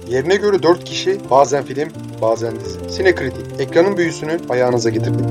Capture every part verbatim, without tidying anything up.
Yerine göre dört kişi, bazen film, bazen dizi. Sinekritik, ekranın büyüsünü ayağınıza getirdik.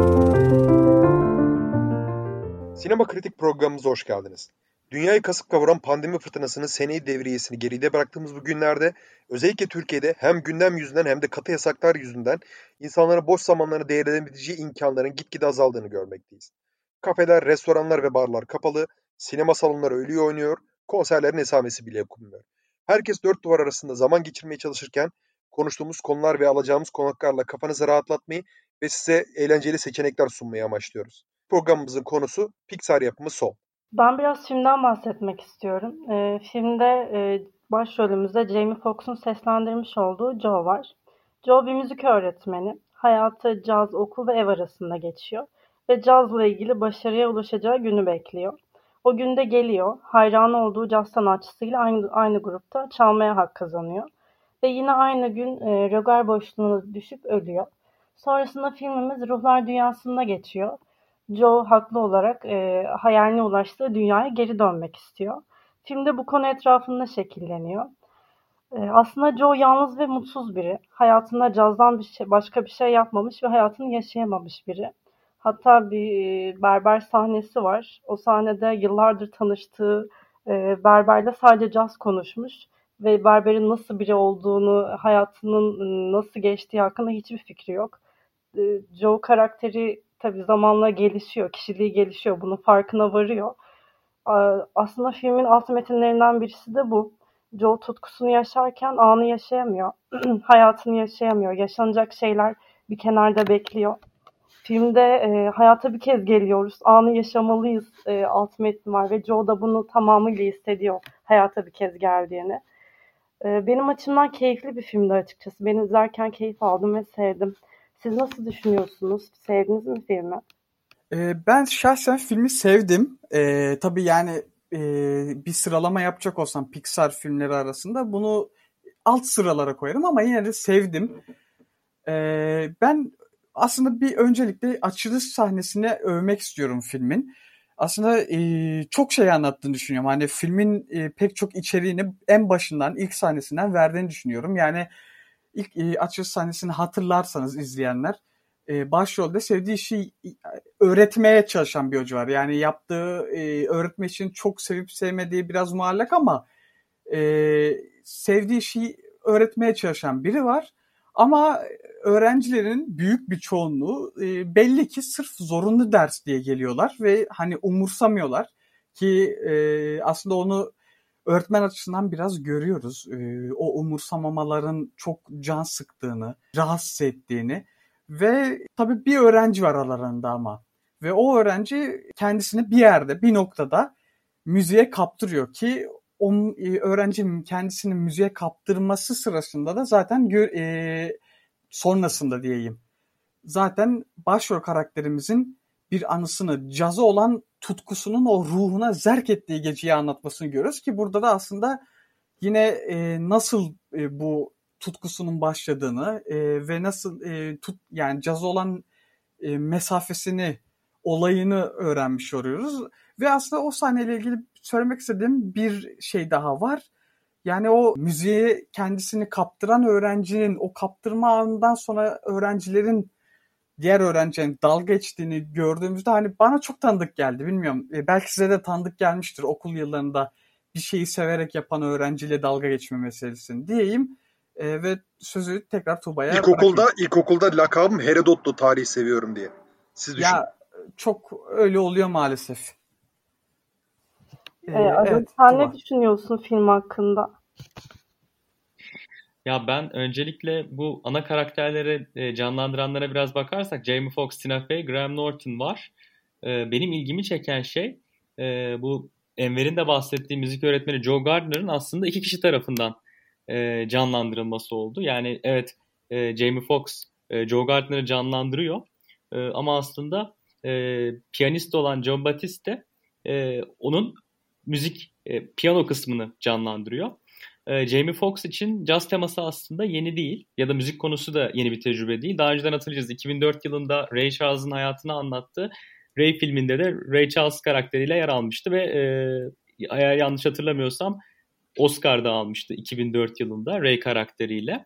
Sinema Kritik programımıza hoş geldiniz. Dünyayı kasıp kavuran pandemi fırtınasının seneyi devriyesini geride bıraktığımız bu günlerde özellikle Türkiye'de hem gündem yüzünden hem de katı yasaklar yüzünden insanların boş zamanlarını değerlendirebileceği imkanların gitgide azaldığını görmekteyiz. Kafeler, restoranlar ve barlar kapalı, sinema salonları ölüyor oynuyor, konserlerin esamesi bile okunmuyor. Herkes dört duvar arasında zaman geçirmeye çalışırken konuştuğumuz konular ve alacağımız konuklarla kafanızı rahatlatmayı ve size eğlenceli seçenekler sunmayı amaçlıyoruz. Programımızın konusu Pixar yapımı Soul. Ben biraz filmden bahsetmek istiyorum. Ee, filmde e, başrolümüzde Jamie Foxx'un seslendirmiş olduğu Joe var. Joe bir müzik öğretmeni. Hayatı caz, okul ve ev arasında geçiyor. Ve cazla ilgili başarıya ulaşacağı günü bekliyor. O günde geliyor. Hayran olduğu caz sanatçısıyla aynı, aynı grupta çalmaya hak kazanıyor. Ve yine aynı gün e, rögar boşluğuna düşüp ölüyor. Sonrasında filmimiz ruhlar dünyasında geçiyor. Joe haklı olarak e, hayaline ulaştığı dünyaya geri dönmek istiyor. Filmde bu konu etrafında şekilleniyor. E, aslında Joe yalnız ve mutsuz biri. Hayatında cazdan bir şey, başka bir şey yapmamış ve hayatını yaşayamamış biri. Hatta bir e, berber sahnesi var. O sahnede yıllardır tanıştığı e, berberle sadece caz konuşmuş ve berberin nasıl biri olduğunu, hayatının nasıl geçtiği hakkında hiçbir fikri yok. E, Joe karakteri tabii zamanla gelişiyor, kişiliği gelişiyor, bunun farkına varıyor. Aslında filmin alt metinlerinden birisi de bu. Joe tutkusunu yaşarken anı yaşayamıyor, hayatını yaşayamıyor, yaşanacak şeyler bir kenarda bekliyor. Filmde e, hayata bir kez geliyoruz, anı yaşamalıyız e, alt metni var ve Joe da bunu tamamıyla hissediyor hayata bir kez geldiğini. E, benim açımdan keyifli bir filmdi açıkçası. Ben izlerken keyif aldım ve sevdim. Siz nasıl düşünüyorsunuz? Sevdiniz mi filmi? Ee, ben şahsen filmi sevdim. Ee, tabii yani e, bir sıralama yapacak olsam Pixar filmleri arasında bunu alt sıralara koyarım ama yine de sevdim. Ee, ben aslında bir öncelikle açılış sahnesine övmek istiyorum filmin. Aslında e, çok şey anlattığını düşünüyorum. Hani filmin e, pek çok içeriğini en başından, ilk sahnesinden verdiğini düşünüyorum. Yani ilk e, açılış sahnesini hatırlarsanız izleyenler, e, başrolde sevdiği işi öğretmeye çalışan bir hoca var. Yani yaptığı e, öğretme için çok sevip sevmediği biraz muallak ama e, sevdiği işi öğretmeye çalışan biri var. Ama öğrencilerin büyük bir çoğunluğu e, belli ki sırf zorunlu ders diye geliyorlar ve hani umursamıyorlar ki e, aslında onu öğretmen açısından biraz görüyoruz. E, o umursamamaların çok can sıktığını, rahatsız ettiğini ve tabii bir öğrenci var aralarında ama ve o öğrenci kendisini bir yerde, bir noktada müziğe kaptırıyor ki o e, öğrencinin kendisini müziğe kaptırması sırasında da zaten e, sonrasında diyeyim. Zaten başrol karakterimizin bir anısını, caza olan tutkusunun o ruhuna zerk ettiği geceyi anlatmasını görüyoruz ki burada da aslında yine e, nasıl e, bu tutkusunun başladığını e, ve nasıl e, tut yani caza olan e, mesafesini, olayını öğrenmiş oluyoruz. Ve aslında o sahneyle ilgili söylemek istediğim bir şey daha var. Yani o müziğe kendisini kaptıran öğrencinin o kaptırma anından sonra öğrencilerin diğer öğrencilerin dalga geçtiğini gördüğümüzde hani bana çok tanıdık geldi. Bilmiyorum. E, belki size de tanıdık gelmiştir okul yıllarında bir şeyi severek yapan öğrenciyle dalga geçme meselesini diyeyim. E, ve sözü tekrar Tuğba'ya İlkokulda, bırakayım. ilkokulda lakabım Herodot'tu tarihi seviyorum diye. Siz düşünün. Ya çok öyle oluyor maalesef. Ee, Arun, evet, sen Tuba, ne düşünüyorsun film hakkında? Ya ben öncelikle bu ana karakterleri e, canlandıranlara biraz bakarsak Jamie Foxx, Tina Fey, Graham Norton var. E, benim ilgimi çeken şey e, bu Enver'in de bahsettiği müzik öğretmeni Joe Gardner'ın aslında iki kişi tarafından e, canlandırılması oldu. Yani evet e, Jamie Foxx e, Joe Gardner'ı canlandırıyor e, ama aslında e, piyanist olan John Batiste e, onun müzik e, piyano kısmını canlandırıyor. Jamie Foxx için caz teması aslında yeni değil ya da müzik konusu da yeni bir tecrübe değil. Daha önceden hatırlayacağız. iki bin dört yılında Ray Charles'ın hayatını anlattığı Ray filminde de Ray Charles karakteriyle yer almıştı ve e, eğer yanlış hatırlamıyorsam Oscar da almıştı iki bin dört yılında Ray karakteriyle.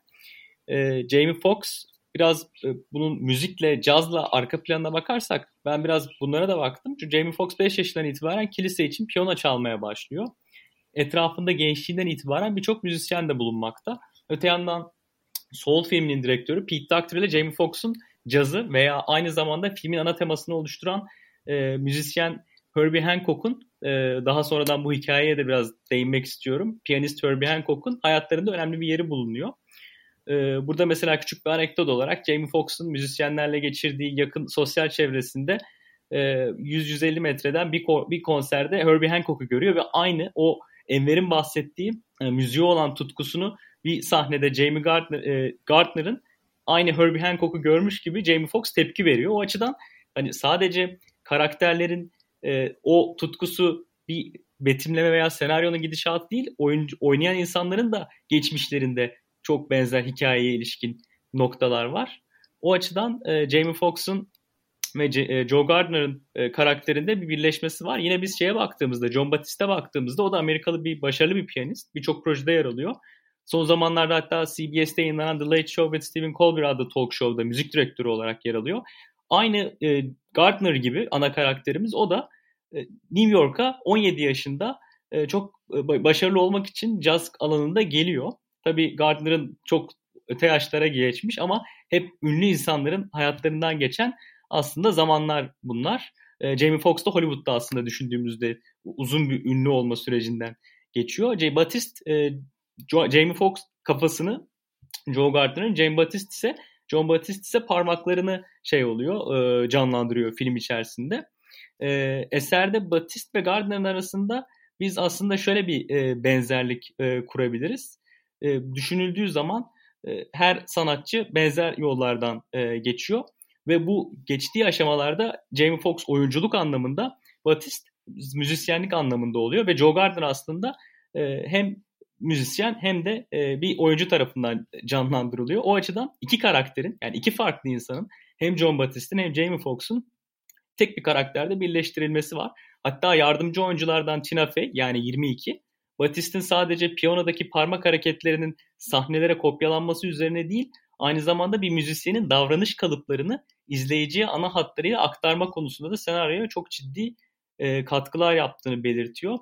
E, Jamie Foxx biraz e, bunun müzikle, cazla arka planına bakarsak ben biraz bunlara da baktım. Çünkü Jamie Foxx beş yaşından itibaren kilise için piyano çalmaya başlıyor. Etrafında gençliğinden itibaren birçok müzisyen de bulunmakta. Öte yandan Soul filminin direktörü Pete Docter ile Jamie Foxx'un cazı veya aynı zamanda filmin ana temasını oluşturan e, müzisyen Herbie Hancock'un, e, daha sonradan bu hikayeye de biraz değinmek istiyorum. Piyanist Herbie Hancock'un hayatlarında önemli bir yeri bulunuyor. E, burada mesela küçük bir anekdot olarak Jamie Foxx'un müzisyenlerle geçirdiği yakın sosyal çevresinde e, yüz yüz elli metreden bir, ko- bir konserde Herbie Hancock'u görüyor ve aynı o Enver'in bahsettiği e, müziğe olan tutkusunu bir sahnede Jamie Gardner, e, Gardner'ın aynı Herbie Hancock'u görmüş gibi Jamie Foxx tepki veriyor. O açıdan hani sadece karakterlerin e, o tutkusu bir betimleme veya senaryonun gidişatı değil, oyuncu, oynayan insanların da geçmişlerinde çok benzer hikayeye ilişkin noktalar var. O açıdan e, Jamie Foxx'un ve C- e, Joe Gardner'ın e, karakterinde bir birleşmesi var. Yine biz şeye baktığımızda, John Batiste baktığımızda o da Amerikalı bir başarılı bir piyanist. Birçok projede yer alıyor. Son zamanlarda hatta C B S'te yayınlanan The Late Show with Stephen Colbert adlı talk show'da müzik direktörü olarak yer alıyor. Aynı e, Gardner gibi ana karakterimiz o da e, New York'a on yedi yaşında e, çok e, başarılı olmak için caz alanında geliyor. Tabii Gardner'ın çok öte yaşlara geçmiş ama hep ünlü insanların hayatlarından geçen aslında zamanlar bunlar. E, Jamie Foxx da Hollywood'da aslında düşündüğümüzde uzun bir ünlü olma sürecinden geçiyor. Jay Batiste e, Jamie Foxx kafasını Joe Gardner'ın, Jamie Batiste ise John Batiste ise parmaklarını şey oluyor, e, canlandırıyor film içerisinde. E, eserde Batiste ve Gardner'ın arasında biz aslında şöyle bir e, benzerlik e, kurabiliriz. E, düşünüldüğü zaman e, her sanatçı benzer yollardan e, geçiyor ve bu geçtiği aşamalarda Jamie Foxx oyunculuk anlamında, Batiste müzisyenlik anlamında oluyor ve Joe Gardner aslında e, hem müzisyen hem de e, bir oyuncu tarafından canlandırılıyor. O açıdan iki karakterin, yani iki farklı insanın, hem John Batiste'in hem Jamie Foxx'un tek bir karakterde birleştirilmesi var. Hatta yardımcı oyunculardan Tina Fey, yani yirmi iki, Batiste'in sadece piyanodaki parmak hareketlerinin sahnelere kopyalanması üzerine değil, aynı zamanda bir müzisyenin davranış kalıplarını izleyiciye ana hatlarıyla aktarma konusunda da senaryoya çok ciddi e, katkılar yaptığını belirtiyor.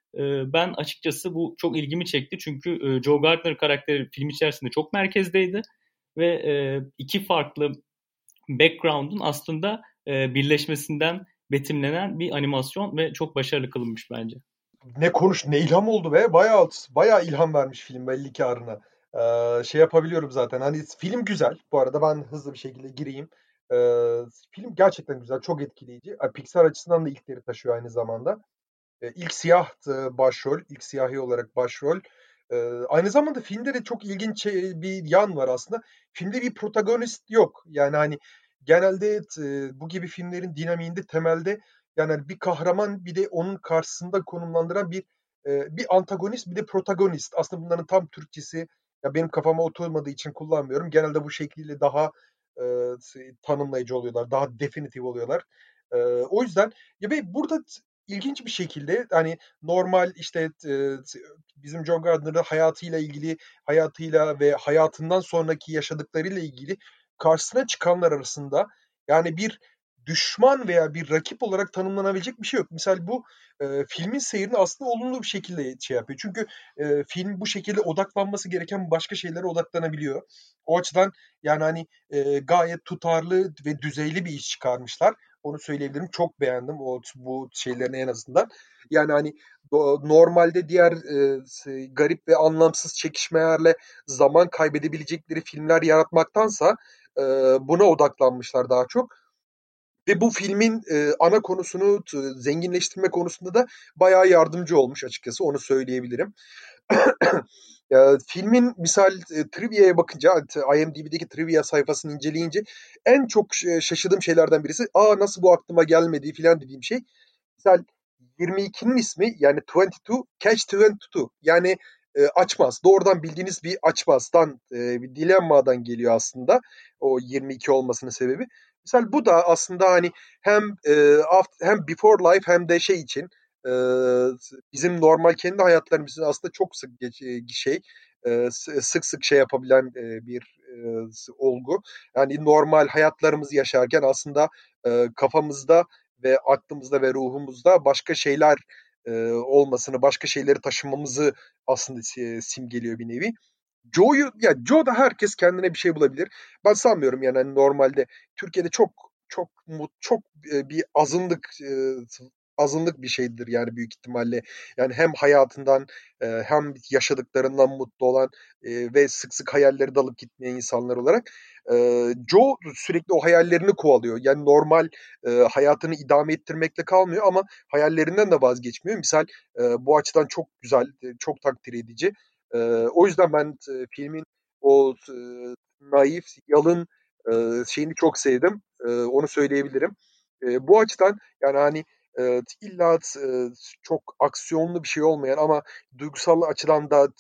Ben açıkçası bu çok ilgimi çekti çünkü Joe Gardner karakteri film içerisinde çok merkezdeydi ve iki farklı background'un aslında birleşmesinden betimlenen bir animasyon ve çok başarılı kılınmış bence. Ne konuş, ne ilham oldu be. Bayağı bayağı ilham vermiş film belli ki Arın'a. Ee, şey yapabiliyorum zaten. Hani film güzel. Bu arada ben hızlı bir şekilde gireyim. Ee, film gerçekten güzel, çok etkileyici. Pixar açısından da ilkleri taşıyor aynı zamanda. Ee, ilk siyah e, başrol, ilk siyahi olarak başrol. Ee, aynı zamanda filmde de çok ilginç bir yan var aslında. Filmde bir protagonist yok. Yani hani genelde e, bu gibi filmlerin dinamiğinde temelde yani bir kahraman bir de onun karşısında konumlandıran bir e, bir antagonist bir de protagonist. Aslında bunların tam Türkçesi ya benim kafama oturmadığı için kullanmıyorum. Genelde bu şekliyle daha e, tanımlayıcı oluyorlar, daha definitif oluyorlar. E, o yüzden ya ve burada ilginç bir şekilde hani normal işte e, bizim John Gardner'ın hayatıyla ilgili, hayatıyla ve hayatından sonraki yaşadıklarıyla ilgili karşısına çıkanlar arasında yani bir düşman veya bir rakip olarak tanımlanabilecek bir şey yok. Misal bu e, filmin seyrini aslında olumlu bir şekilde şey yapıyor. Çünkü e, film bu şekilde odaklanması gereken başka şeylere odaklanabiliyor. O açıdan yani hani e, gayet tutarlı ve düzeyli bir iş çıkarmışlar. Onu söyleyebilirim. Çok beğendim o bu şeylerini en azından. Yani hani normalde diğer e, garip ve anlamsız çekişmelerle zaman kaybedebilecekleri filmler yaratmaktansa e, buna odaklanmışlar daha çok. Ve bu filmin e, ana konusunu t- zenginleştirme konusunda da bayağı yardımcı olmuş açıkçası. Onu söyleyebilirim. Ya, filmin misal e, trivia'ya bakınca, IMDb'deki trivia sayfasını inceleyince en çok şaşırdığım şeylerden birisi, aa nasıl bu aklıma gelmedi filan dediğim şey. Misal yirmi ikinin ismi yani yirmi iki, Catch yirmi iki. Yani e, açmaz. Doğrudan bildiğiniz bir açmazdan, e, bir dilemmadan geliyor aslında. O yirmi iki olmasının sebebi. Misal bu da aslında hani hem e, after, hem Before Life hem de şey için e, bizim normal kendi hayatlarımızın aslında çok sık geç, şey e, sık sık şey yapabilen e, bir e, olgu. Yani normal hayatlarımızı yaşarken aslında e, kafamızda ve aklımızda ve ruhumuzda başka şeyler e, olmasını, başka şeyleri taşımamızı aslında si- simgeliyor bir nevi. Joe'yu ya Joe'da herkes kendine bir şey bulabilir. Ben sanmıyorum yani hani normalde Türkiye'de çok çok mut, çok e, bir azınlık e, azınlık bir şeydir yani büyük ihtimalle. Yani hem hayatından e, hem yaşadıklarından mutlu olan e, ve sık sık hayalleri dalıp gitmeyen insanlar olarak e, Joe sürekli o hayallerini kovalıyor. Yani normal e, hayatını idame ettirmekle kalmıyor ama hayallerinden de vazgeçmiyor. Misal e, bu açıdan çok güzel, e, çok takdir edici. Ee, o yüzden ben e, filmin o e, naif, yalın e, şeyini çok sevdim. E, onu söyleyebilirim. E, bu açıdan yani hani e, illa e, çok aksiyonlu bir şey olmayan ama duygusal açıdan da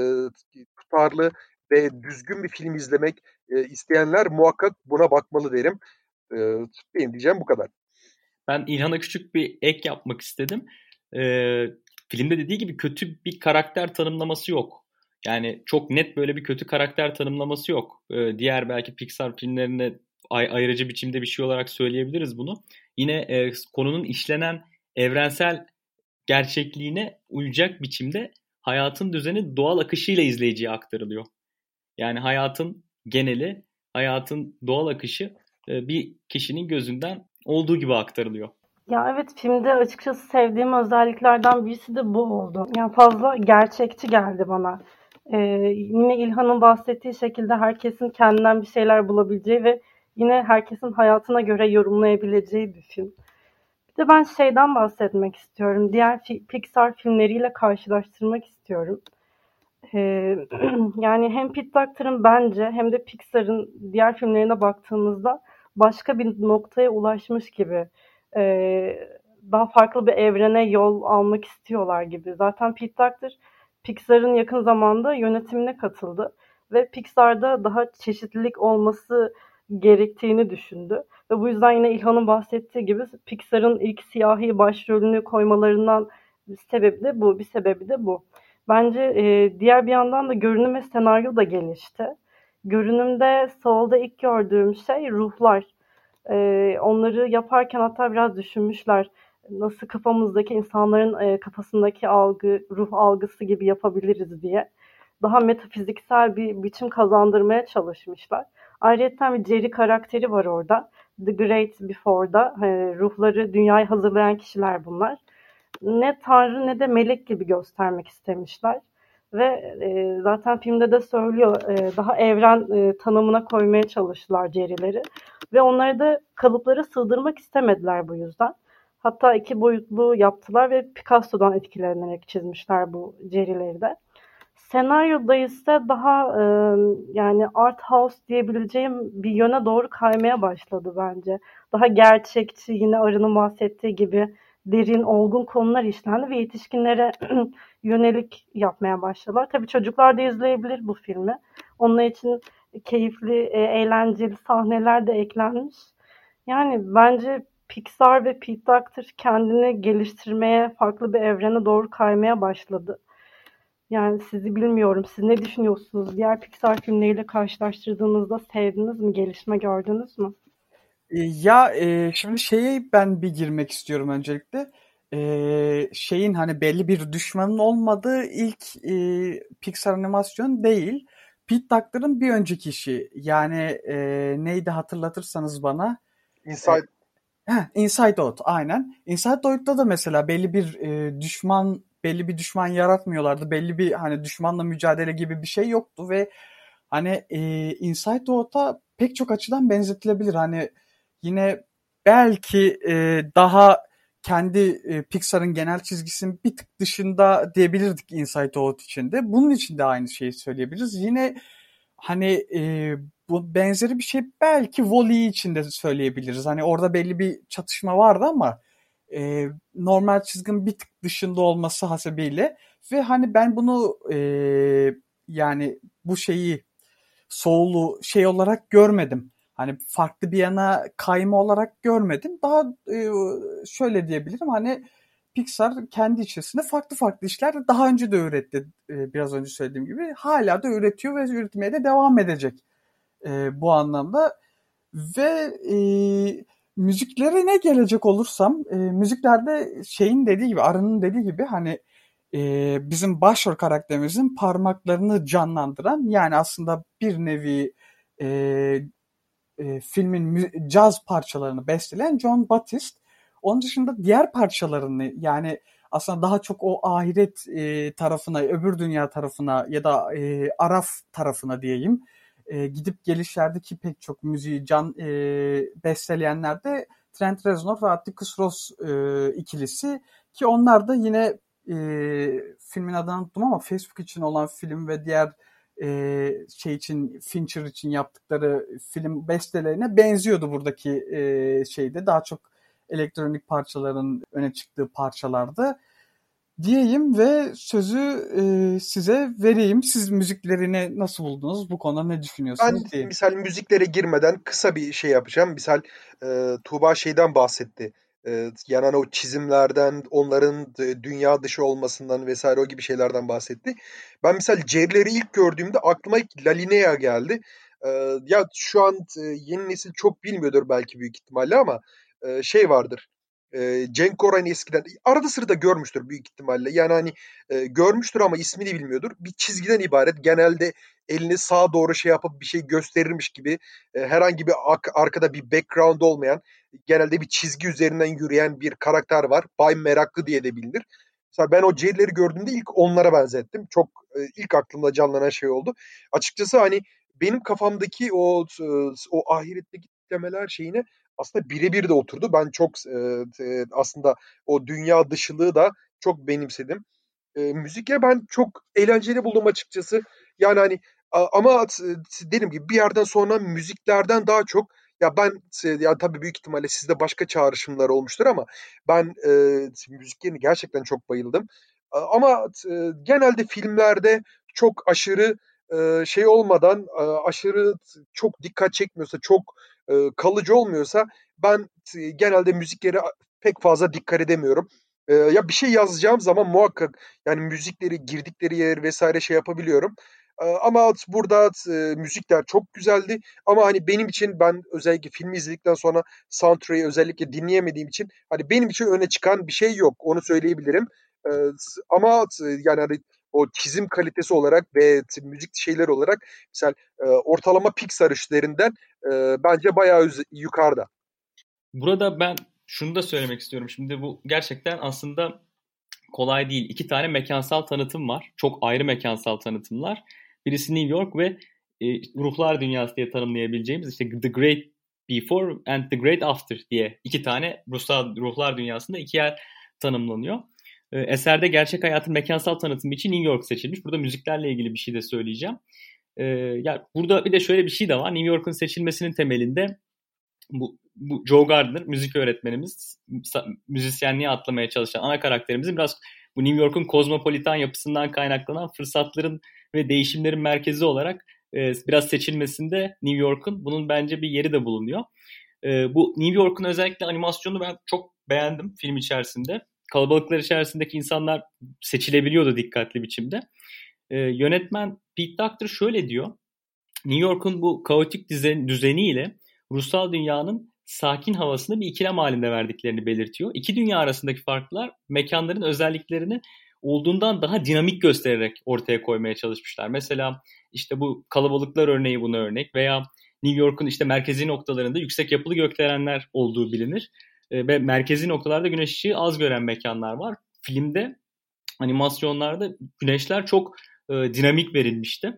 e, tutarlı ve düzgün bir film izlemek e, isteyenler muhakkak buna bakmalı derim. E, benim diyeceğim bu kadar. Ben İlhan'a küçük bir ek yapmak istedim. Ee, filmde dediği gibi kötü bir karakter tanımlaması yok. Yani çok net böyle bir kötü karakter tanımlaması yok. Ee, diğer belki Pixar filmlerine ay- ayrıcı biçimde bir şey olarak söyleyebiliriz bunu. Yine e, konunun işlenen evrensel gerçekliğine uyacak biçimde hayatın düzeni doğal akışıyla izleyiciye aktarılıyor. Yani hayatın geneli, hayatın doğal akışı e, bir kişinin gözünden olduğu gibi aktarılıyor. Ya evet, filmde açıkçası sevdiğim özelliklerden birisi de bu oldu. Yani fazla gerçekçi geldi bana. Ee, Yine İlhan'ın bahsettiği şekilde herkesin kendinden bir şeyler bulabileceği ve yine herkesin hayatına göre yorumlayabileceği bir film. Bir de ben şeyden bahsetmek istiyorum. Diğer fi- Pixar filmleriyle karşılaştırmak istiyorum. Ee, Yani hem Pete Docter'ın bence hem de Pixar'ın diğer filmlerine baktığımızda başka bir noktaya ulaşmış gibi. Ee, Daha farklı bir evrene yol almak istiyorlar gibi. Zaten Pete Docter Pixar'ın yakın zamanda yönetimine katıldı ve Pixar'da daha çeşitlilik olması gerektiğini düşündü. Ve bu yüzden yine İlhan'ın bahsettiği gibi Pixar'ın ilk siyahi başrolünü koymalarından sebebi de bu, bir sebebi de bu. Bence e, diğer bir yandan da görünüm ve senaryo da gelişti. Görünümde Soul'da ilk gördüğüm şey ruhlar. E, onları yaparken hatta biraz düşünmüşler. Nasıl kafamızdaki insanların e, kafasındaki algı, ruh algısı gibi yapabiliriz diye. Daha metafiziksel bir biçim kazandırmaya çalışmışlar. Ayrıca bir Jerry karakteri var orada. The Great Before'da e, ruhları dünyayı hazırlayan kişiler bunlar. Ne tanrı ne de melek gibi göstermek istemişler. Ve e, zaten filmde de söylüyor, e, daha evren e, tanımına koymaya çalıştılar Jerry'leri. Ve onları da kalıplara sığdırmak istemediler bu yüzden. Hatta iki boyutlu yaptılar ve Picasso'dan etkilenerek çizmişler bu Jerry'leri de. Senaryoda ise daha e, yani art house diyebileceğim bir yöne doğru kaymaya başladı bence. Daha gerçekçi, yine Arı'nın bahsettiği gibi derin, olgun konular işlendi ve yetişkinlere yönelik yapmaya başladılar. Tabii çocuklar da izleyebilir bu filmi. Onun için keyifli, e, eğlenceli sahneler de eklenmiş. Yani bence Pixar ve Pete Docter kendini geliştirmeye, farklı bir evrene doğru kaymaya başladı. Yani sizi bilmiyorum. Siz ne düşünüyorsunuz? Diğer Pixar filmleriyle karşılaştırdığınızda sevdiniz mi? Gelişme gördünüz mü? E, Ya e, şimdi şeye ben bir girmek istiyorum öncelikle. E, şeyin hani belli bir düşmanın olmadığı ilk e, Pixar animasyon değil. Pete Docter'ın bir önceki işi. Yani e, neydi hatırlatırsanız bana. E, Inside heh, Inside Out aynen. Inside Out'ta da mesela belli bir e, düşman belli bir düşman yaratmıyorlardı. Belli bir hani düşmanla mücadele gibi bir şey yoktu ve hani e, Inside Out'a pek çok açıdan benzetilebilir. Hani yine belki e, daha kendi e, Pixar'ın genel çizgisinin bir tık dışında diyebilirdik Inside Out için de. Bunun için de aynı şeyi söyleyebiliriz. Yine hani e, bu benzeri bir şey belki Wall-E için de söyleyebiliriz. Hani orada belli bir çatışma vardı ama e, normal çizginin bir tık dışında olması hasebiyle ve hani ben bunu e, yani bu şeyi Soul'u şey olarak görmedim. Hani farklı bir yana kayma olarak görmedim. Daha e, şöyle diyebilirim hani Pixar kendi içerisinde farklı farklı işler daha önce de üretti. E, biraz önce söylediğim gibi. Hala da üretiyor ve üretmeye de devam edecek e, bu anlamda. Ve e, müziklere ne gelecek olursam, e, müziklerde şeyin dediği gibi, Arın'ın dediği gibi hani e, bizim başrol karakterimizin parmaklarını canlandıran, yani aslında bir nevi e, e, filmin caz parçalarını besteleyen John Batiste. Onun dışında diğer parçalarını, yani aslında daha çok o ahiret e, tarafına, öbür dünya tarafına ya da e, Araf tarafına diyeyim, e, gidip gelişlerdeki pek çok müziği can e, besteleyenler de Trent Reznor ve Atticus Ross e, ikilisi, ki onlar da yine e, filmin adını unuttum ama Facebook için olan film ve diğer e, şey için, Fincher için yaptıkları film bestelerine benziyordu buradaki e, şeyde. Daha çok elektronik parçaların öne çıktığı parçalardı diyeyim ve sözü e, size vereyim. Siz müziklerini nasıl buldunuz? Bu konuda ne düşünüyorsunuz Ben diye. misal müziklere girmeden kısa bir şey yapacağım. Misal e, Tuğba şeyden bahsetti. E, yanan o çizimlerden, onların e, dünya dışı olmasından vesaire o gibi şeylerden bahsetti. Ben misal Cerler'i ilk gördüğümde aklıma ilk La Linea geldi. E, ya şu an e, yeni nesil çok bilmiyordur belki büyük ihtimalle ama e, şey vardır. E, Cenk Koray eskiden arada sırada görmüştür büyük ihtimalle. Yani hani e, görmüştür ama ismini bilmiyordur. Bir çizgiden ibaret. Genelde elini sağa doğru şey yapıp bir şey gösterirmiş gibi e, herhangi bir ak- arkada bir background olmayan, genelde bir çizgi üzerinden yürüyen bir karakter var. Bay Meraklı diye de bilinir. Mesela ben o C'leri gördüğümde ilk onlara benzettim. Çok e, ilk aklımda canlanan şey oldu. Açıkçası hani benim kafamdaki o e, o ahiretteki tiplemeler şeyine aslında birebir de oturdu. Ben çok e, e, aslında o dünya dışılığı da çok benimsedim. E, müzikle ben çok eğlenceli buldum açıkçası. Yani hani a- ama t- dediğim gibi bir yerden sonra müziklerden daha çok ya ben e, ya tabii büyük ihtimalle sizde başka çağrışımlar olmuştur ama ben e, müziklerini gerçekten çok bayıldım. A- Ama e, genelde filmlerde çok aşırı e, şey olmadan e, aşırı t- çok dikkat çekmiyorsa, çok e, kalıcı olmuyorsa ben t- genelde müziklere pek fazla dikkat edemiyorum. E, ya bir şey yazacağım zaman muhakkak yani müzikleri, girdikleri yer vesaire şey yapabiliyorum. Eee, ama burada eee, müzikler çok güzeldi. Ama hani benim için ben özellikle filmi izledikten sonra soundtrack'ı özellikle dinleyemediğim için hani benim için öne çıkan bir şey yok. Onu söyleyebilirim. Eee, ama yani hani o çizim kalitesi olarak ve müzik şeyler olarak mesela eee, ortalama Pixar işlerinden eee, bence bayağı yukarıda. Burada ben şunu da söylemek istiyorum. Şimdi bu gerçekten aslında kolay değil. İki tane mekansal tanıtım var. Çok ayrı mekansal tanıtımlar. Birisi New York ve e, ruhlar dünyası diye tanımlayabileceğimiz işte The Great Before and The Great After diye iki tane ruhsal, ruhlar dünyasında iki yer tanımlanıyor. E, eserde gerçek hayatın mekansal tanıtımı için New York seçilmiş. Burada müziklerle ilgili bir şey de söyleyeceğim. E, ya burada bir de şöyle bir şey de var. New York'un seçilmesinin temelinde bu, bu Joe Gardner, müzik öğretmenimiz, müzisyenliğe atlamaya çalışan ana karakterimizin biraz bu New York'un kozmopolitan yapısından kaynaklanan fırsatların ve değişimlerin merkezi olarak e, biraz seçilmesinde New York'un bunun bence bir yeri de bulunuyor. E, bu New York'un özellikle animasyonunu ben çok beğendim film içerisinde. Kalabalıklar içerisindeki insanlar seçilebiliyordu dikkatli biçimde. E, yönetmen Pete Docter şöyle diyor. New York'un bu kaotik düzen, düzeniyle ruhsal dünyanın sakin havasını bir ikilem halinde verdiklerini belirtiyor. İki dünya arasındaki farklar mekanların özelliklerini olduğundan daha dinamik göstererek ortaya koymaya çalışmışlar. Mesela işte bu kalabalıklar örneği buna örnek veya New York'un işte merkezi noktalarında yüksek yapılı gökdelenler olduğu bilinir. E, ve merkezi noktalarda güneş ışığı az gören mekanlar var. Filmde, animasyonlarda güneşler çok e, dinamik verilmişti.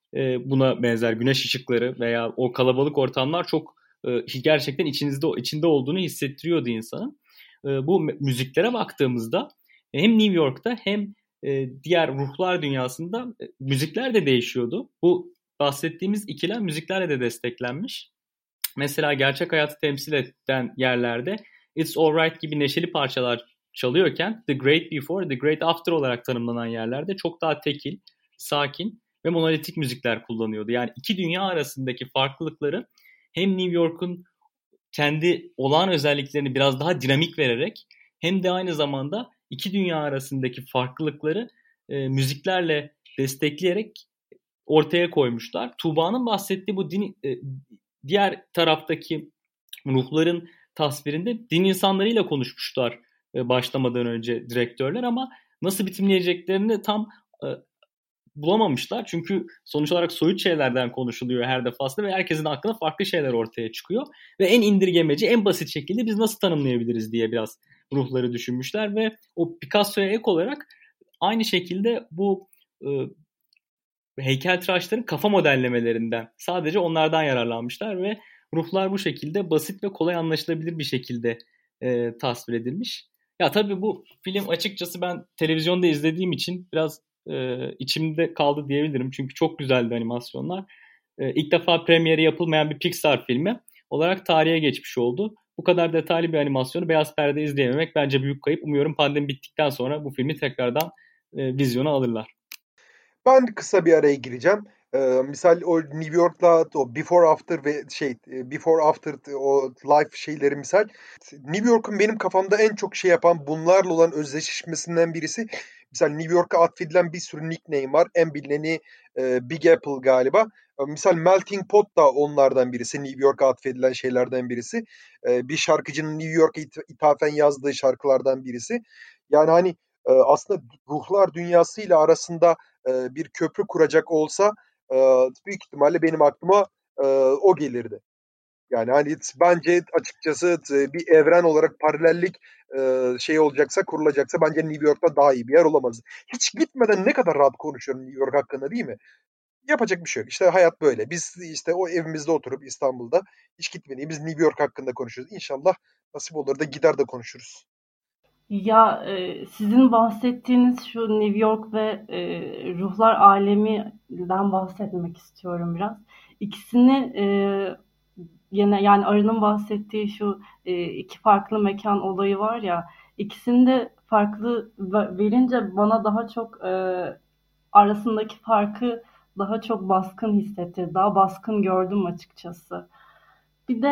Buna benzer güneş ışıkları veya o kalabalık ortamlar çok gerçekten içinizde içinde olduğunu hissettiriyordu insanın. Bu müziklere baktığımızda hem New York'ta hem diğer ruhlar dünyasında müzikler de değişiyordu. Bu bahsettiğimiz ikilem müziklerle de desteklenmiş. Mesela gerçek hayatı temsil eden yerlerde It's Alright gibi neşeli parçalar çalıyorken The Great Before, The Great After olarak tanımlanan yerlerde çok daha tekil, sakin ve monolitik müzikler kullanıyordu. Yani iki dünya arasındaki farklılıkları hem New York'un kendi olağan özelliklerini biraz daha dinamik vererek hem de aynı zamanda iki dünya arasındaki farklılıkları e, müziklerle destekleyerek ortaya koymuşlar. Tuğba'nın bahsettiği bu din, e, diğer taraftaki ruhların tasvirinde din insanlarıyla konuşmuşlar e, başlamadan önce direktörler, ama nasıl bitimleyeceklerini tam e, bulamamışlar. Çünkü sonuç olarak soyut şeylerden konuşuluyor her defasında ve herkesin aklına farklı şeyler ortaya çıkıyor. Ve en indirgemeci, en basit şekilde biz nasıl tanımlayabiliriz diye biraz ruhları düşünmüşler ve o Picasso'ya ek olarak aynı şekilde bu e, heykeltıraşların kafa modellemelerinden, sadece onlardan yararlanmışlar ve ruhlar bu şekilde basit ve kolay anlaşılabilir bir şekilde e, tasvir edilmiş. Ya tabii bu film açıkçası ben televizyonda izlediğim için biraz e, içimde kaldı diyebilirim. Çünkü çok güzeldi animasyonlar. E, ilk defa premieri yapılmayan bir Pixar filmi olarak tarihe geçmiş oldu. Bu kadar detaylı bir animasyonu beyaz perde izleyememek bence büyük kayıp. Umuyorum pandemi bittikten sonra bu filmi tekrardan e, vizyona alırlar. Ben kısa bir araya gireceğim. Ee, misal o New York'la o before after ve şey before after o life şeyleri misal. New York'un benim kafamda en çok şey yapan bunlarla olan özdeşleşmesinden birisi. Misal New York'a atfedilen bir sürü nickname var. En bilineni e, Big Apple galiba. Misal Melting Pot da onlardan birisi. New York'a atfedilen şeylerden birisi. E, bir şarkıcının New York'a it- ithafen yazdığı şarkılardan birisi. Yani hani e, aslında ruhlar dünyasıyla arasında e, bir köprü kuracak olsa e, büyük ihtimalle benim aklıma e, o gelirdi. Yani hani bence açıkçası e, bir evren olarak paralellik e, şey olacaksa, kurulacaksa bence New York'ta daha iyi bir yer olamaz. Hiç gitmeden ne kadar rahat konuşuyorum New York hakkında, değil mi? Yapacak bir şey yok. İşte hayat böyle. Biz işte o evimizde oturup İstanbul'da hiç gitmediğimiz New York hakkında konuşuyoruz. İnşallah nasip olur da gider de konuşuruz. Ya e, sizin bahsettiğiniz şu New York ve e, ruhlar aleminden bahsetmek istiyorum biraz. İkisini e, yine yani Arı'nın bahsettiği şu e, iki farklı mekan olayı var ya, ikisini de farklı ve- verince bana daha çok e, arasındaki farkı daha çok baskın hissettirdi. Daha baskın gördüm açıkçası. Bir de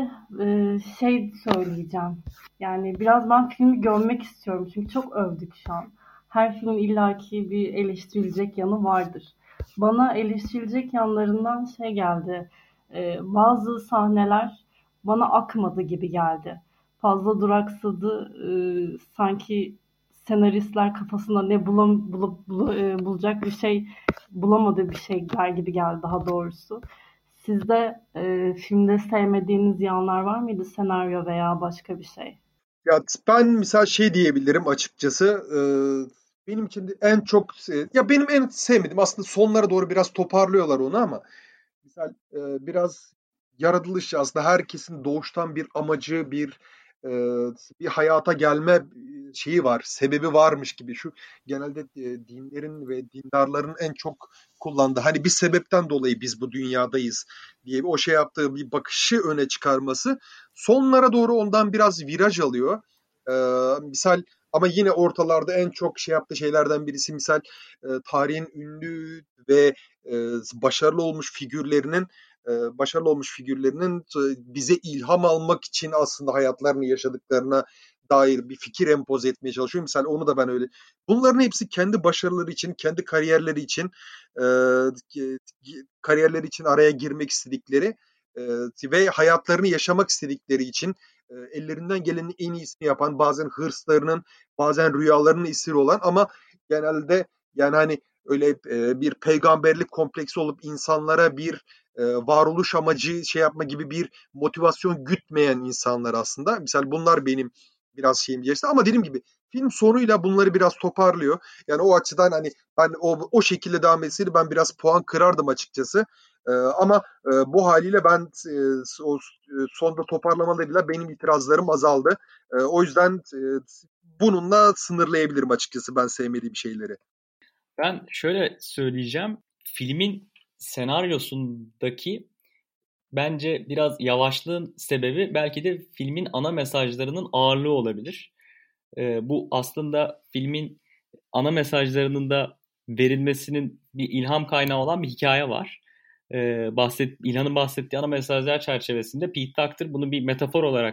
e, şey söyleyeceğim. Yani biraz ben filmi görmek istiyorum. Çünkü çok övdük şu an. Her filmin illaki bir eleştirilecek yanı vardır. Bana eleştirilecek yanlarından şey geldi. E, bazı sahneler bana akmadı gibi geldi. Fazla duraksadı. E, sanki senaristler kafasında ne bulam, bul, bul, e, bulacak bir şey bulamadığı bir şeyler gibi geldi daha doğrusu. Sizde e, filmde sevmediğiniz yanlar var mıydı? Senaryo veya başka bir şey? Ya ben misal şey diyebilirim açıkçası. E, benim için de en çok se- ya benim en sevmediğim aslında sonlara doğru biraz toparlıyorlar onu ama misal e, biraz yaratılış aslında herkesin doğuştan bir amacı, bir e, bir hayata gelme şeyi var, sebebi varmış gibi. Şu genelde e, dinlerin ve dindarların en çok kullandığı hani bir sebepten dolayı biz bu dünyadayız diye bir o şey yaptığı bir bakışı öne çıkarması sonlara doğru ondan biraz viraj alıyor. E, misal ama yine ortalarda en çok şey yaptığı şeylerden birisi misal e, tarihin ünlü ve e, başarılı olmuş figürlerinin e, başarılı olmuş figürlerinin e, bize ilham almak için aslında hayatlarını yaşadıklarına dair bir fikir empoze etmeye çalışıyor. Mesela onu da ben öyle. Bunların hepsi kendi başarıları için, kendi kariyerleri için, e, kariyerleri için araya girmek istedikleri e, ve hayatlarını yaşamak istedikleri için e, ellerinden gelenin en iyisini yapan, bazen hırslarının, bazen rüyalarının esiri olan ama genelde yani hani öyle e, bir peygamberlik kompleksi olup insanlara bir e, varoluş amacı şey yapma gibi bir motivasyon gütmeyen insanlar aslında. Mesela bunlar benim biraz şeyim geçti ama dediğim gibi film sonuyla bunları biraz toparlıyor. Yani o açıdan hani ben o, o şekilde devam etseydi ben biraz puan kırardım açıkçası. E, ama e, bu haliyle ben e, o e, sonda toparlamalarıyla benim itirazlarım azaldı. E, o yüzden e, bununla sınırlayabilirim açıkçası ben sevmediğim şeyleri. Ben şöyle söyleyeceğim. Filmin senaryosundaki bence biraz yavaşlığın sebebi belki de filmin ana mesajlarının ağırlığı olabilir. Ee, bu aslında filmin ana mesajlarının da verilmesinin bir ilham kaynağı olan bir hikaye var. Ee, bahset, İlhan'ın bahsettiği ana mesajlar çerçevesinde Pete Docter bunu bir metafor olarak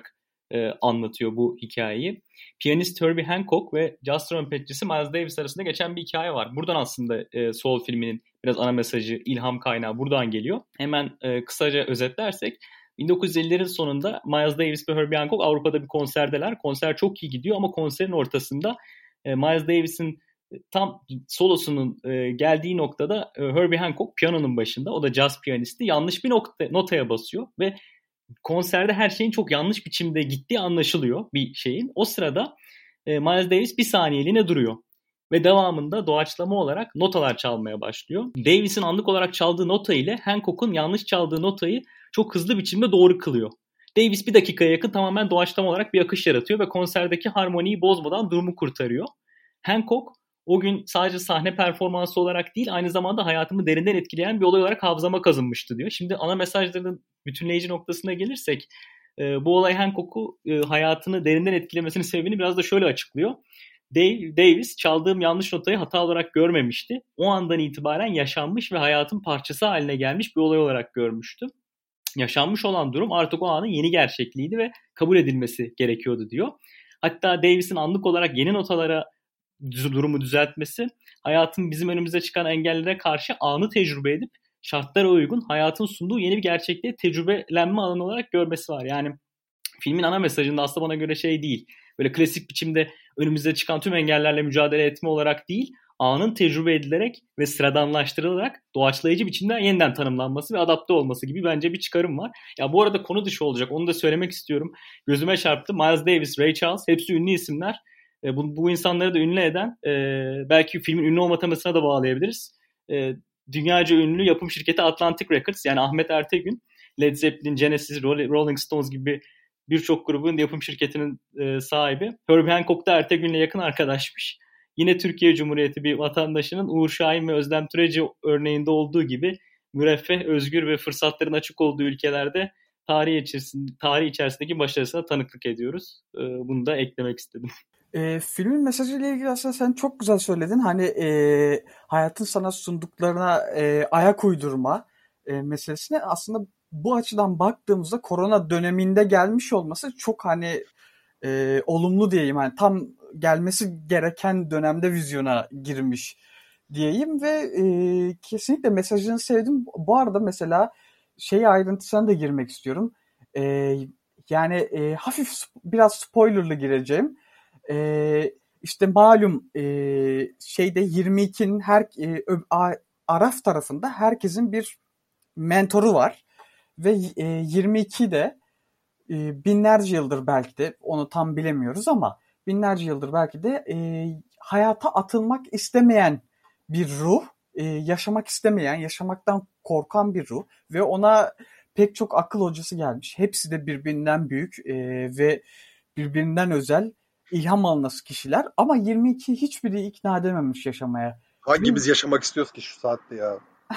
e, anlatıyor bu hikayeyi. Piyanist Herbie Hancock ve jazz trompetçisi Miles Davis arasında geçen bir hikaye var. Buradan aslında e, Soul filminin biraz ana mesajı, ilham kaynağı buradan geliyor. Hemen e, kısaca özetlersek, bin dokuz yüz ellilerin sonunda Miles Davis ve Herbie Hancock Avrupa'da bir konserdeler. Konser çok iyi gidiyor ama konserin ortasında e, Miles Davis'in tam solosunun e, geldiği noktada e, Herbie Hancock piyanonun başında, o da caz piyanisti, yanlış bir nokta, notaya basıyor ve konserde her şeyin çok yanlış biçimde gittiği anlaşılıyor bir şeyin. O sırada e, Miles Davis bir saniyeliğine duruyor ve devamında doğaçlama olarak notalar çalmaya başlıyor. Davis'in anlık olarak çaldığı nota ile Hancock'un yanlış çaldığı notayı çok hızlı biçimde doğru kılıyor. Davis bir dakikaya yakın tamamen doğaçlama olarak bir akış yaratıyor ve konserdeki harmoniyi bozmadan durumu kurtarıyor. Hancock o gün sadece sahne performansı olarak değil, aynı zamanda hayatımı derinden etkileyen bir olay olarak hafızama kazınmıştı diyor. Şimdi ana mesajların bütünleyici noktasına gelirsek, e, bu olay Hancock'u e, hayatını derinden etkilemesinin sebebini biraz da şöyle açıklıyor. Dave, Davis çaldığım yanlış notayı hata olarak görmemişti. O andan itibaren yaşanmış ve hayatın parçası haline gelmiş bir olay olarak görmüştü. Yaşanmış olan durum artık o anın yeni gerçekliğiydi ve kabul edilmesi gerekiyordu diyor. Hatta Davis'in anlık olarak yeni notalara durumu düzeltmesi, hayatın bizim önümüze çıkan engellere karşı anı tecrübe edip şartlara uygun hayatın sunduğu yeni bir gerçekliği tecrübelenme alanı olarak görmesi var. Yani filmin ana mesajında aslında bana göre şey değil, böyle klasik biçimde önümüze çıkan tüm engellerle mücadele etme olarak değil, anın tecrübe edilerek ve sıradanlaştırılarak doğaçlayıcı biçimde yeniden tanımlanması ve adapte olması gibi bence bir çıkarım var. Ya bu arada konu dışı olacak, onu da söylemek istiyorum. Gözüme çarptı. Miles Davis, Ray Charles, hepsi ünlü isimler. E, bu, bu insanları da ünlü eden, e, belki filmin ünlü olma temasına da bağlayabiliriz. E, dünyaca ünlü yapım şirketi Atlantic Records, yani Ahmet Ertegün, Led Zeppelin, Genesis, Rolling Stones gibi birçok grubun yapım şirketinin e, sahibi. Herbie Hancock da Ertegün'le yakın arkadaşmış. Yine Türkiye Cumhuriyeti bir vatandaşının Uğur Şahin ve Özlem Türeci örneğinde olduğu gibi müreffeh, özgür ve fırsatların açık olduğu ülkelerde tarih içerisinde, tarih içerisindeki başarısına tanıklık ediyoruz. E, bunu da eklemek istedim. E, filmin mesajıyla ilgili aslında sen çok güzel söyledin. Hani e, hayatın sana sunduklarına e, ayak uydurma e, meselesine aslında bu açıdan baktığımızda korona döneminde gelmiş olması çok hani e, olumlu diyeyim. Hani tam gelmesi gereken dönemde vizyona girmiş diyeyim ve e, kesinlikle mesajını sevdim. Bu arada mesela şey ayrıntısına da girmek istiyorum. E, yani e, hafif biraz spoilerlı gireceğim. Ee, işte malum e, şeyde yirmi ikinin her e, Araf tarafında herkesin bir mentoru var ve e, yirmi iki de e, binlerce yıldır belki de onu tam bilemiyoruz ama binlerce yıldır belki de e, hayata atılmak istemeyen bir ruh, e, yaşamak istemeyen, yaşamaktan korkan bir ruh ve ona pek çok akıl hocası gelmiş. Hepsi de birbirinden büyük e, ve birbirinden özel, İlham alınası kişiler ama yirmi iki hiçbiri ikna edememiş yaşamaya. Hangimiz yaşamak istiyoruz ki şu saatte ya?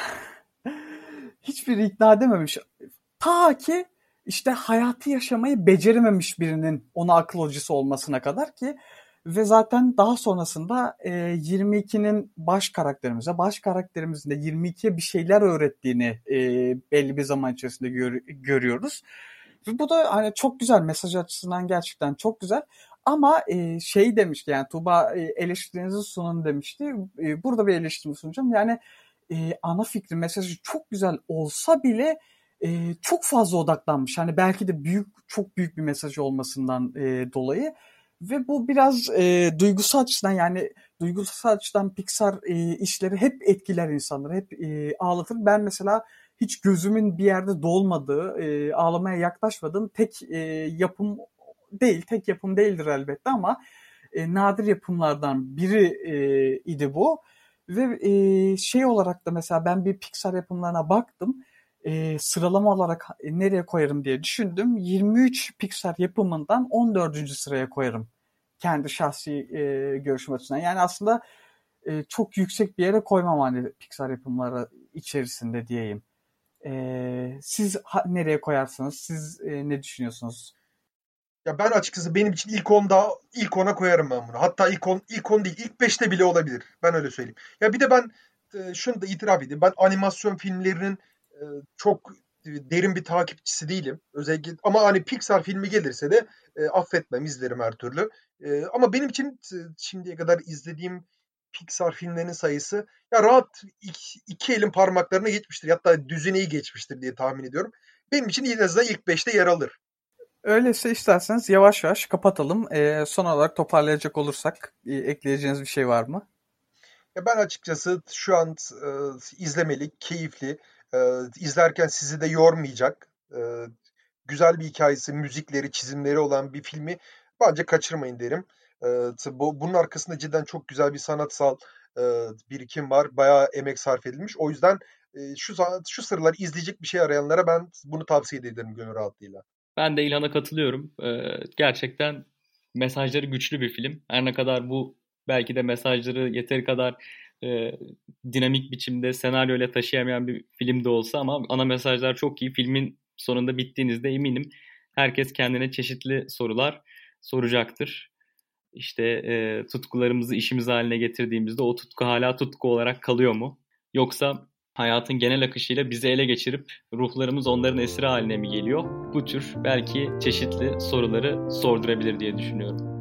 Hiçbiri ikna edememiş. Ta ki işte hayatı yaşamayı becerememiş birinin ona akıl hocası olmasına kadar ki ve zaten daha sonrasında e, yirmi ikinin baş karakterimize, baş karakterimizin de yirmi ikiye bir şeyler öğrettiğini e, belli bir zaman içerisinde gör, görüyoruz. Ve bu da hani çok güzel, mesaj açısından gerçekten çok güzel. Ama e, şey demişti, yani Tuğba e, eleştirinizi sunun demişti. E, burada bir eleştirimi sunacağım. Yani e, ana fikri, mesajı çok güzel olsa bile e, çok fazla odaklanmış. Hani belki de büyük, çok büyük bir mesajı olmasından e, dolayı. Ve bu biraz e, duygusal açıdan, yani duygusal açıdan Pixar e, işleri hep etkiler insanları, hep e, ağlatır. Ben mesela hiç gözümün bir yerde dolmadığı, e, ağlamaya yaklaşmadığım tek e, yapım değil, tek yapım değildir elbette ama e, nadir yapımlardan biri e, idi bu. Ve e, şey olarak da mesela ben bir Pixar yapımlarına baktım. E, sıralama olarak e, nereye koyarım diye düşündüm. yirmi üç Pixar yapımından on dördüncü sıraya koyarım. Kendi şahsi e, görüşüm açısından. Yani aslında e, çok yüksek bir yere koymam hani Pixar yapımları içerisinde diyeyim. E, siz ha, nereye koyarsınız? Siz e, ne düşünüyorsunuz? Ya ben açıkçası benim için ilk onda, ilk ona koyarım ben bunu. Hatta ilk on, ilk on değil, ilk beşte bile olabilir. Ben öyle söyleyeyim. Ya bir de ben e, şunu da itiraf edeyim. Ben animasyon filmlerinin e, çok derin bir takipçisi değilim. Özellikle ama hani Pixar filmi gelirse de e, affetmem, izlerim her türlü. E, ama benim için e, şimdiye kadar izlediğim Pixar filmlerinin sayısı ya rahat iki, iki elin parmaklarına geçmiştir. Hatta düzineyi geçmiştir diye tahmin ediyorum. Benim için en azından ilk beşte yer alır. Öyleyse isterseniz yavaş yavaş kapatalım. Ee, son olarak toparlayacak olursak e, ekleyeceğiniz bir şey var mı? Ya ben açıkçası şu an e, izlemeli, keyifli, e, izlerken sizi de yormayacak, e, güzel bir hikayesi, müzikleri, çizimleri olan bir filmi bence kaçırmayın derim. E, bu, bunun arkasında cidden çok güzel bir sanatsal e, birikim var, bayağı emek sarf edilmiş. O yüzden e, şu şu sıralar izleyecek bir şey arayanlara ben bunu tavsiye ederim gönül rahatlığıyla. Ben de İlhan'a katılıyorum. Ee, gerçekten mesajları güçlü bir film. Her ne kadar bu belki de mesajları yeteri kadar e, dinamik biçimde senaryoyla taşıyamayan bir film de olsa ama ana mesajlar çok iyi. Filmin sonunda bittiğinizde eminim herkes kendine çeşitli sorular soracaktır. İşte e, tutkularımızı işimiz haline getirdiğimizde o tutku hala tutku olarak kalıyor mu? Yoksa hayatın genel akışıyla bizi ele geçirip ruhlarımız onların esiri haline mi geliyor? Bu tür belki çeşitli soruları sordurabilir diye düşünüyorum.